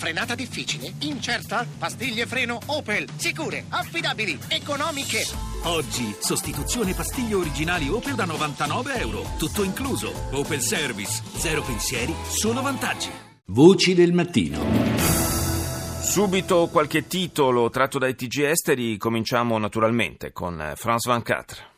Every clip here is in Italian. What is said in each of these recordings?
Frenata difficile? Incerta? Pastiglie freno Opel. Sicure, affidabili, economiche. Oggi, sostituzione pastiglie originali Opel da €99. Tutto incluso. Opel Service. Zero pensieri, solo vantaggi. Voci del mattino. Subito qualche titolo tratto dai TG esteri. Cominciamo naturalmente con France 24.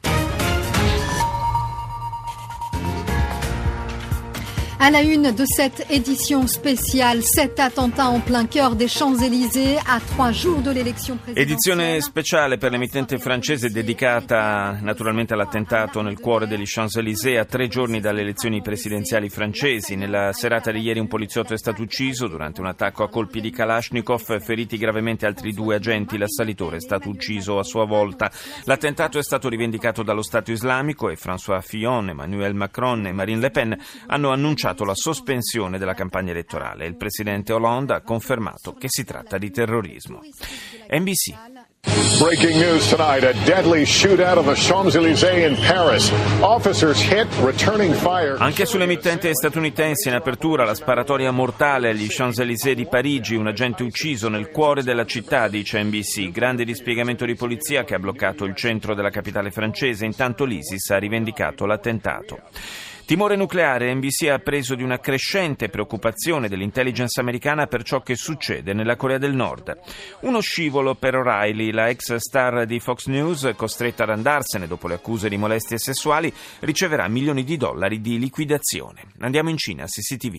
À la une de cette édition spéciale, 7 attentats en plein cœur des Champs-Élysées à 3 jours de l'élection présidentielle. Edizione speciale per l'emittente francese dedicata naturalmente all'attentato nel cuore degli Champs-Élysées a 3 giorni dalle elezioni presidenziali francesi. Nella serata di ieri un poliziotto è stato ucciso durante un attacco a colpi di Kalashnikov, feriti gravemente altri 2 agenti, l'assalitore è stato ucciso a sua volta. L'attentato è stato rivendicato dallo Stato islamico e François Fillon, Emmanuel Macron e Marine Le Pen hanno annunciato la sospensione della campagna elettorale. Il presidente Hollande ha confermato che si tratta di terrorismo. NBC. Breaking news tonight, a deadly shootout of the Champs-Élysées in Paris. Officers hit, returning fire. Anche sull'emittente statunitense in apertura la sparatoria mortale agli Champs-Élysées di Parigi, un agente ucciso nel cuore della città, dice NBC. Grande dispiegamento di polizia che ha bloccato il centro della capitale francese, intanto l'ISIS ha rivendicato l'attentato. Timore nucleare. NBC ha appreso di una crescente preoccupazione dell'intelligence americana per ciò che succede nella Corea del Nord. Uno scivolo per O'Reilly, la ex star di Fox News, costretta ad andarsene dopo le accuse di molestie sessuali, riceverà milioni di dollari di liquidazione. Andiamo in Cina, CCTV.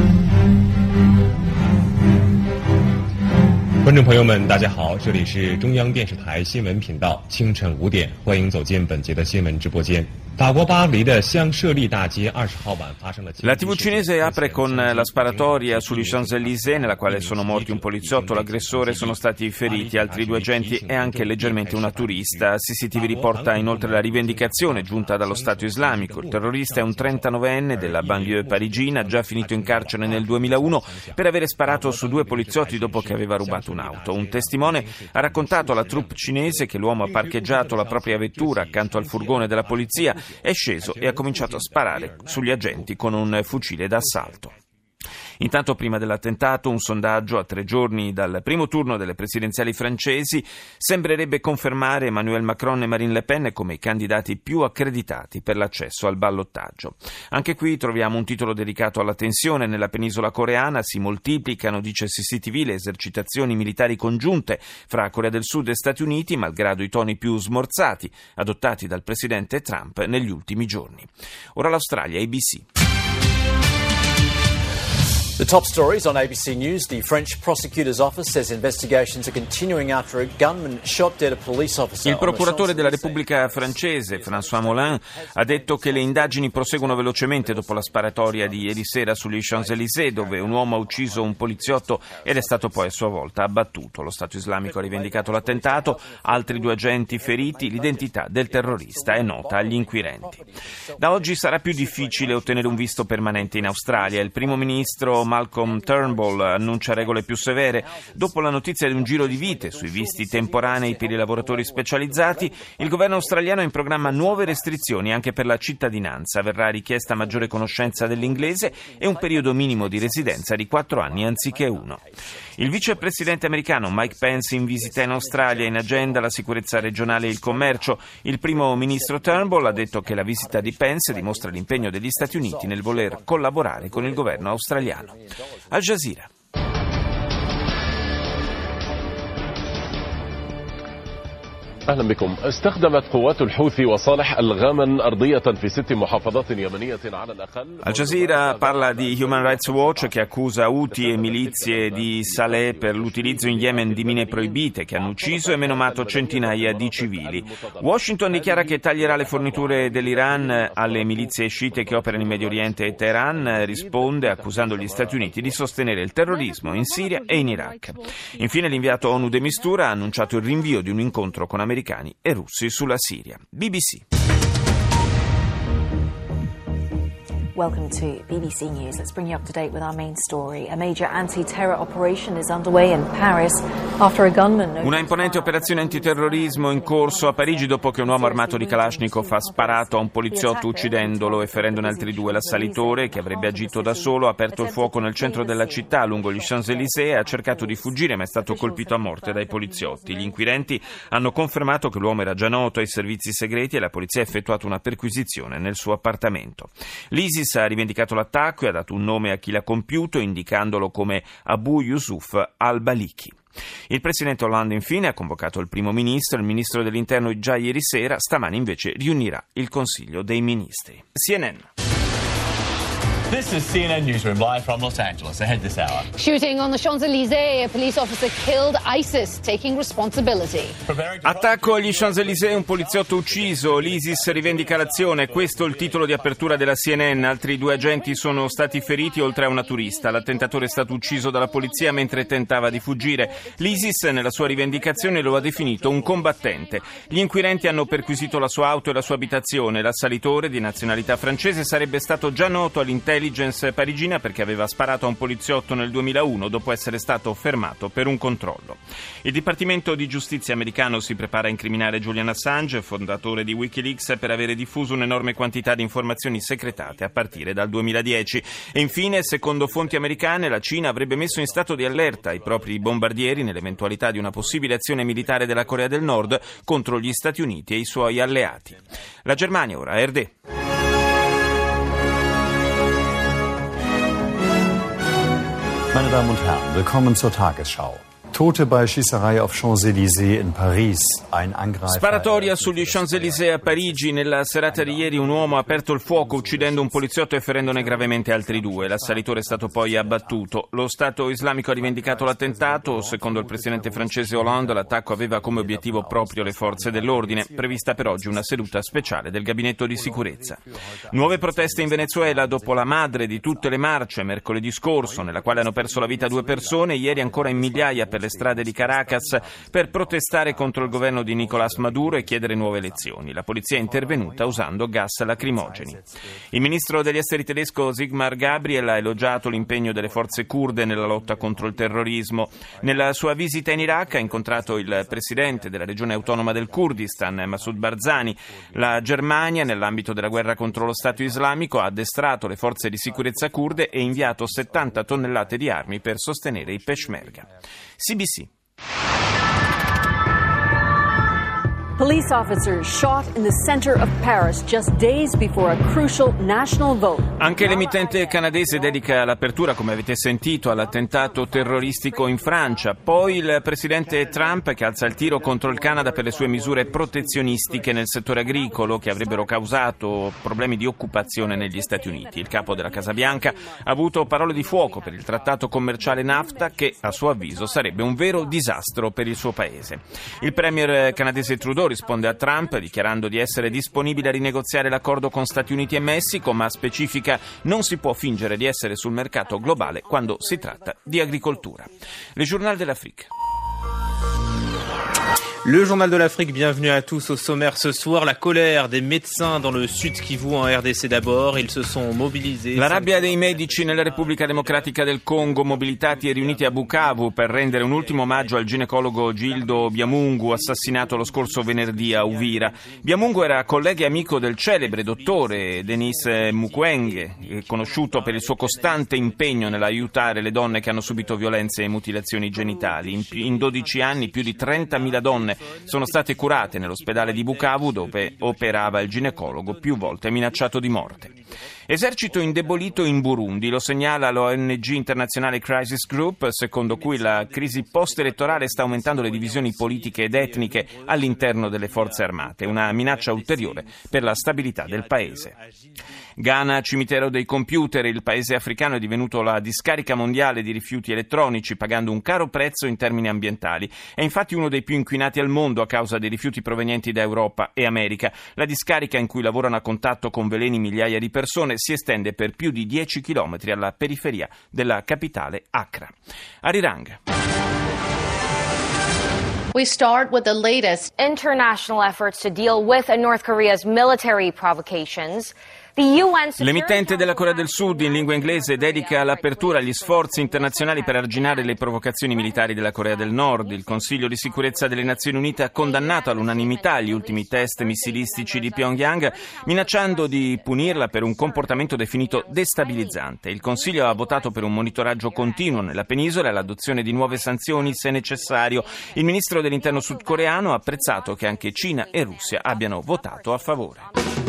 观众朋友们，大家好，这里是中央电视台新闻频道，清晨5点，欢迎走进本节的新闻直播间。法国巴黎的香榭丽大街20号晚发生了。 La TV cinese apre con la sparatoria sugli Champs-Élysées, nella quale sono morti un poliziotto, l'aggressore, sono stati feriti altri 2 agenti e anche leggermente una turista. CCTV riporta inoltre la rivendicazione giunta dallo Stato islamico. Il terrorista è un 39enne della banlieue parigina, già finito in carcere nel 2001 per avere sparato su 2 poliziotti dopo che aveva rubato un'auto. Un testimone ha raccontato alla troupe cinese che l'uomo ha parcheggiato la propria vettura accanto al furgone della polizia, è sceso e ha cominciato a sparare sugli agenti con un fucile d'assalto. Intanto, prima dell'attentato, un sondaggio a 3 giorni dal primo turno delle presidenziali francesi sembrerebbe confermare Emmanuel Macron e Marine Le Pen come i candidati più accreditati per l'accesso al ballottaggio. Anche qui troviamo un titolo dedicato alla tensione nella penisola coreana. Si moltiplicano, dice CCTV, le esercitazioni militari congiunte fra Corea del Sud e Stati Uniti, malgrado i toni più smorzati adottati dal presidente Trump negli ultimi giorni. Ora l'Australia, ABC. The top stories on ABC News. The French prosecutor's office says investigations are continuing after a gunman shot dead a police officer. Il procuratore della Repubblica francese, François Molin, ha detto che le indagini proseguono velocemente dopo la sparatoria di ieri sera sugli Champs-Élysées, dove un uomo ha ucciso un poliziotto ed è stato poi a sua volta abbattuto. Lo Stato islamico ha rivendicato l'attentato, altri 2 agenti feriti, l'identità del terrorista è nota agli inquirenti. Da oggi sarà più difficile ottenere un visto permanente in Australia. Il primo ministro Malcolm Turnbull annuncia regole più severe. Dopo la notizia di un giro di vite sui visti temporanei per i lavoratori specializzati, il governo australiano ha in programma nuove restrizioni anche per la cittadinanza. Verrà richiesta maggiore conoscenza dell'inglese e un periodo minimo di residenza di 4 anni anziché 1. Il vicepresidente americano Mike Pence in visita in Australia, in agenda la sicurezza regionale e il commercio. Il primo ministro Turnbull ha detto che la visita di Pence dimostra l'impegno degli Stati Uniti nel voler collaborare con il governo australiano. Al Jazeera. أهلا بكم. استخدمت قوات الحوثي وصالح ألغاما أرضية في 6 محافظات يمنية على الأقل. Al Jazeera parla di Human Rights Watch che accusa Houthi e milizie di Saleh per l'utilizzo in Yemen di mine proibite che hanno ucciso e menomato centinaia di civili. Washington dichiara che taglierà le forniture dell'Iran alle milizie sciite che operano in Medio Oriente e Teheran risponde accusando gli Stati Uniti di sostenere il terrorismo in Siria e in Iraq. Infine l'inviato ONU de Mistura ha annunciato il rinvio di un incontro con americani e russi sulla Siria. BBC. Welcome to BBC News. Let's bring you up to date with our main story. A major anti-terror operation is underway in Paris after a gunman... Una imponente operazione antiterrorismo in corso a Parigi dopo che un uomo armato di Kalashnikov ha sparato a un poliziotto uccidendolo e ferendone altri due. L'assalitore, che avrebbe agito da solo, ha aperto il fuoco nel centro della città lungo gli Champs-Élysées e ha cercato di fuggire ma è stato colpito a morte dai poliziotti. Gli inquirenti hanno confermato che l'uomo era già noto ai servizi segreti e la polizia ha effettuato una perquisizione nel suo appartamento. L'ISIS ha rivendicato l'attacco e ha dato un nome a chi l'ha compiuto, indicandolo come Abu Yusuf al-Baliki. Il presidente Hollande infine ha convocato il primo ministro, il ministro dell'interno già ieri sera, stamani invece riunirà il Consiglio dei Ministri. CNN. This is CNN Newsroom live from Los Angeles. Ahead this hour. Shooting on the Champs-Élysées. A police officer killed, ISIS taking responsibility. Attacco agli Champs-Élysées, un poliziotto ucciso. L'ISIS rivendica l'azione. Questo è il titolo di apertura della CNN. Altri 2 agenti sono stati feriti oltre a una turista. L'attentatore è stato ucciso dalla polizia mentre tentava di fuggire. L'ISIS nella sua rivendicazione lo ha definito un combattente. Gli inquirenti hanno perquisito la sua auto e la sua abitazione. L'assalitore, di nazionalità francese, sarebbe stato già noto all'intelligence parigina perché aveva sparato a un poliziotto nel 2001 dopo essere stato fermato per un controllo. Il Dipartimento di Giustizia americano si prepara a incriminare Julian Assange, fondatore di Wikileaks, per avere diffuso un'enorme quantità di informazioni segretate a partire dal 2010. E infine, secondo fonti americane, la Cina avrebbe messo in stato di allerta i propri bombardieri nell'eventualità di una possibile azione militare della Corea del Nord contro gli Stati Uniti e i suoi alleati. La Germania ora, ARD. Meine Damen und Herren, willkommen zur Tagesschau. Tote bei Schießerei auf Champs-Élysées in Paris. Ein Angreifer. Sparatoria sugli Champs-Élysées a Parigi. Nella serata di ieri un uomo ha aperto il fuoco uccidendo un poliziotto e ferendone gravemente altri 2. L'assalitore è stato poi abbattuto. Lo Stato islamico ha rivendicato l'attentato. Secondo il presidente francese Hollande, l'attacco aveva come obiettivo proprio le forze dell'ordine. Prevista per oggi una seduta speciale del gabinetto di sicurezza. Nuove proteste in Venezuela dopo la madre di tutte le marce mercoledì scorso, nella quale hanno perso la vita 2 persone. Ieri ancora in migliaia per le strade di Caracas per protestare contro il governo di Nicolás Maduro e chiedere nuove elezioni. La polizia è intervenuta usando gas lacrimogeni. Il ministro degli esteri tedesco Sigmar Gabriel ha elogiato l'impegno delle forze curde nella lotta contro il terrorismo. Nella sua visita in Iraq ha incontrato il presidente della regione autonoma del Kurdistan, Massoud Barzani. La Germania, nell'ambito della guerra contro lo Stato islamico, ha addestrato le forze di sicurezza kurde e inviato 70 tonnellate di armi per sostenere i Peshmerga. CBC. Police officers shot in the center of Paris just days before a crucial national vote. Anche l'emittente canadese dedica l'apertura, come avete sentito, all'attentato terroristico in Francia. Poi il presidente Trump che alza il tiro contro il Canada per le sue misure protezionistiche nel settore agricolo che avrebbero causato problemi di occupazione negli Stati Uniti. Il capo della Casa Bianca ha avuto parole di fuoco per il trattato commerciale NAFTA che, a suo avviso, sarebbe un vero disastro per il suo paese. Il premier canadese Trudeau risponde a Trump dichiarando di essere disponibile a rinegoziare l'accordo con Stati Uniti e Messico, ma specifica non si può fingere di essere sul mercato globale quando si tratta di agricoltura. Le Journal de l'Afrique. Le Journal de l'Afrique, bienvenue à tous. Au sommaire ce soir, la colère des médecins dans le Sud Kivu en RDC d'abord. Ils se sont mobilisés. La rabbia dei medici nella Repubblica Democratica del Congo, mobilitati e riuniti a Bukavu per rendere un ultimo omaggio al ginecologo Gildo Byamungu, assassinato lo scorso venerdì a Uvira. Byamungu era collega e amico del celebre dottore Denis Mukwege, conosciuto per il suo costante impegno nell'aiutare le donne che hanno subito violenze e mutilazioni genitali. In 12 anni più di 30.000 donne sono state curate nell'ospedale di Bukavu dove operava il ginecologo, più volte minacciato di morte. Esercito indebolito in Burundi, lo segnala l'ONG internazionale Crisis Group, secondo cui la crisi post-elettorale sta aumentando le divisioni politiche ed etniche all'interno delle forze armate, una minaccia ulteriore per la stabilità del paese. Ghana, cimitero dei computer, il paese africano è divenuto la discarica mondiale di rifiuti elettronici, pagando un caro prezzo in termini ambientali. È infatti uno dei più inquinati al mondo a causa dei rifiuti provenienti da Europa e America. La discarica, in cui lavorano a contatto con veleni migliaia di persone, si estende per più di 10 chilometri alla periferia della capitale Accra. Arirang. We start with the latest international efforts to deal with North Korea's military provocations. L'emittente della Corea del Sud in lingua inglese dedica l'apertura agli sforzi internazionali per arginare le provocazioni militari della Corea del Nord. Il Consiglio di sicurezza delle Nazioni Unite ha condannato all'unanimità gli ultimi test missilistici di Pyongyang, minacciando di punirla per un comportamento definito destabilizzante. Il Consiglio ha votato per un monitoraggio continuo nella penisola e l'adozione di nuove sanzioni se necessario. Il ministro dell'Interno sudcoreano ha apprezzato che anche Cina e Russia abbiano votato a favore.